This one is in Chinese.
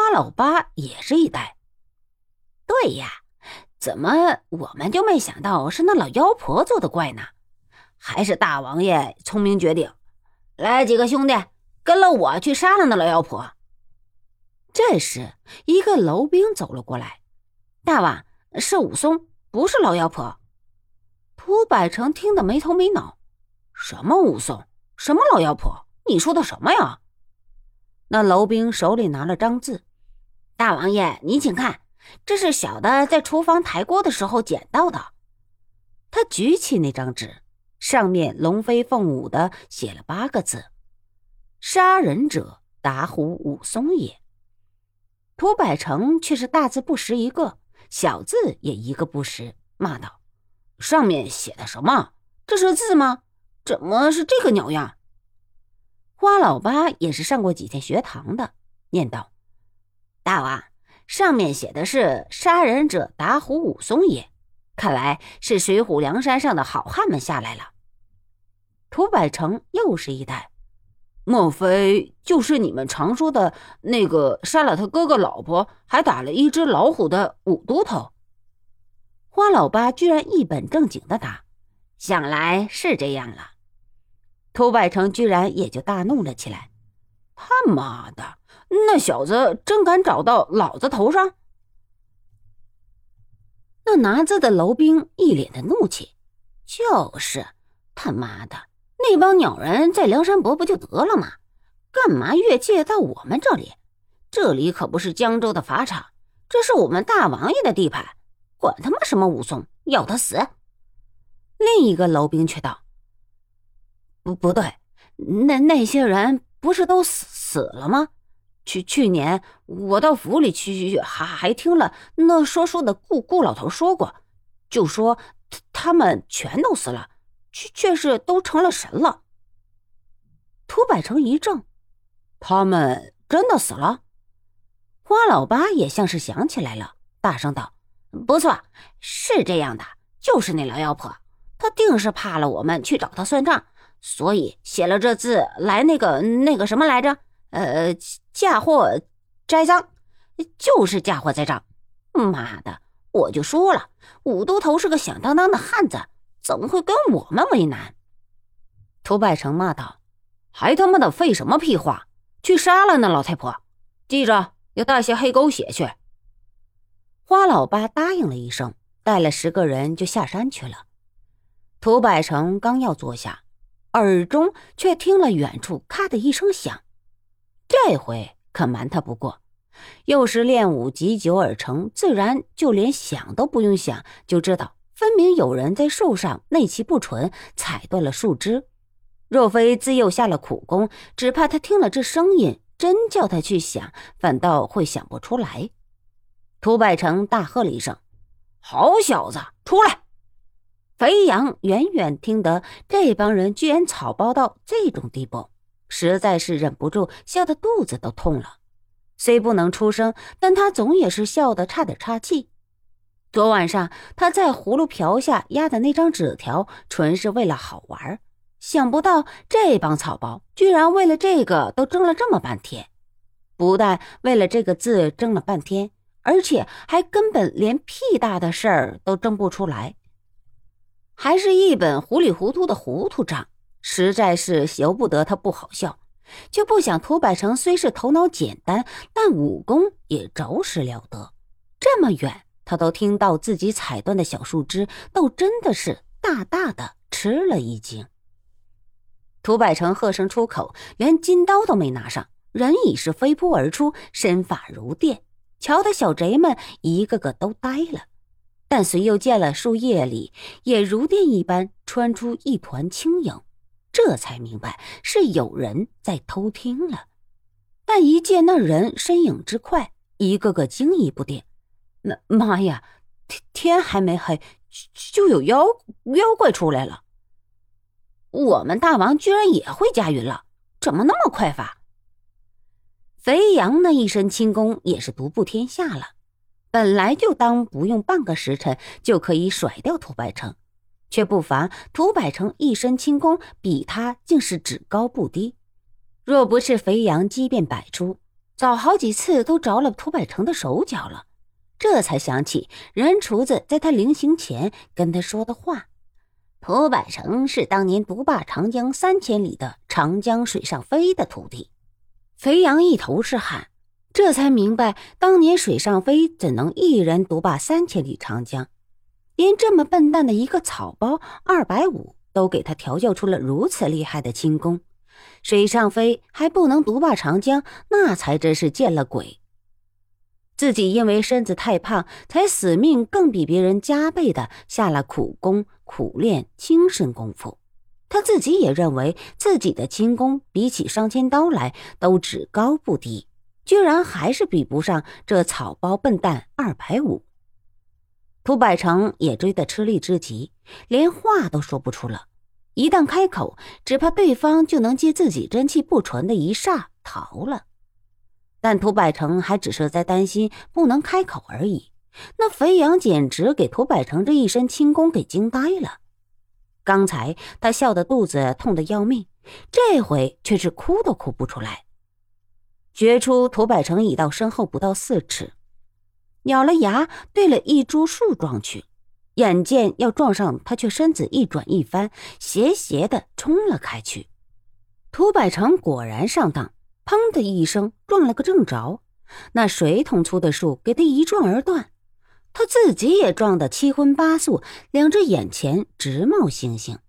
花老八也是一呆。对呀，怎么我们就没想到是那老妖婆做的怪呢？还是大王爷聪明绝顶，来几个兄弟，跟了我去杀了那老妖婆。这时一个楼兵走了过来，大王，是武松，不是老妖婆。涂百成听得没头没脑，什么武松，什么老妖婆，你说的什么呀？那楼兵手里拿了张字，大王爷您请看，这是小的在厨房抬锅的时候捡到的。他举起那张纸，上面龙飞凤舞的写了8个字：杀人者打虎武松也。涂百成却是大字不识一个，小字也一个不识，骂道：上面写的什么？这是字吗？怎么是这个鸟样？花老八也是上过几天学堂的，念道：大王，上面写的是杀人者打虎武松也，看来是水浒梁山上的好汉们下来了。涂百成又是一呆，莫非就是你们常说的那个杀了他哥哥老婆还打了一只老虎的武都头？花老八居然一本正经的答：想来是这样了。涂百成居然也就大怒了起来，他妈的，那小子真敢找到老子头上！那拿字的楼兵一脸的怒气，就是他妈的，那帮鸟人在梁山伯不就得了吗？干嘛越界到我们这里？这里可不是江州的法场，这是我们大王爷的地盘，管他妈什么武松，要他死！另一个楼兵却道：不对，那些人不是都死了吗？去年我到府里去，还听了那说书的顾老头说过，就说他们全都死了，却是都成了神了。涂百成一怔，他们真的死了？花老八也像是想起来了，大声道：不错，是这样的，就是那老妖婆，她定是怕了我们去找她算账，所以写了这字来那个什么来着，嫁祸栽赃，就是嫁祸栽赃。妈的，我就说了，武都头是个响当当的汉子，怎么会跟我们为难？涂百成骂道：还他妈的废什么屁话，去杀了那老太婆，记着要带些黑狗血去。花老八答应了一声，带了10个人就下山去了。涂百成刚要坐下，耳中却听了远处咔的一声响，这回可瞒他不过，又是练武积久而成，自然就连想都不用想，就知道分明有人在树上内气不纯，踩断了树枝。若非自幼下了苦功，只怕他听了这声音，真叫他去想，反倒会想不出来。涂百成大喝了一声：好小子，出来！肥羊远远听得这帮人居然草包到这种地步，实在是忍不住笑得肚子都痛了。虽不能出声，但他总也是笑得差点岔气。昨晚上他在葫芦瓢下压的那张纸条，纯是为了好玩，想不到这帮草包居然为了这个都争了这么半天。不但为了这个字争了半天，而且还根本连屁大的事儿都争不出来，还是一本糊里糊涂的糊涂账，实在是由不得他不好笑。就不想涂百成虽是头脑简单，但武功也着实了得，这么远他都听到自己踩断的小树枝，都真的是大大的吃了一惊。涂百成喝声出口，连金刀都没拿上，人已是飞扑而出，身法如电，瞧得小贼们一个个都呆了。但随又见了树叶里也如电一般穿出一团轻影，这才明白是有人在偷听了。但一见那人身影之快，一个个惊疑不定。妈呀，天还没黑就有妖怪出来了！我们大王居然也会驾云了，怎么那么快法？肥羊那一身轻功也是独步天下了，本来就当不用半个时辰就可以甩掉涂百成，却不乏涂百成一身轻功比他竟是只高不低。若不是肥羊机变百出， 早好几次都着了涂百成的手脚了，这才想起任厨子在他临行前跟他说的话。涂百成是当年独霸长江3000里的长江水上飞的徒弟。肥羊一头是汗，这才明白当年水上飞怎能一人独霸3000里长江，连这么笨蛋的一个草包250都给他调教出了如此厉害的轻功，水上飞还不能独霸长江，那才真是见了鬼。自己因为身子太胖，才死命更比别人加倍的下了苦功苦练轻身功夫。他自己也认为自己的轻功比起上千刀来都只高不低，居然还是比不上这草包笨蛋250。涂百成也追得吃力之极，连话都说不出了，一旦开口，只怕对方就能借自己真气不纯的一煞逃了。但涂百成还只是在担心不能开口而已，那肥羊简直给涂百成这一身轻功给惊呆了。刚才他笑得肚子痛得要命，这回却是哭都哭不出来。觉出涂百成已到身后不到4尺，咬了牙对了一株树撞去，眼见要撞上他，却身子一转一翻，斜斜地冲了开去。涂百成果然上当，砰的一声撞了个正着，那水桶粗的树给他一撞而断，他自己也撞得七荤八素，两只眼前直冒星星。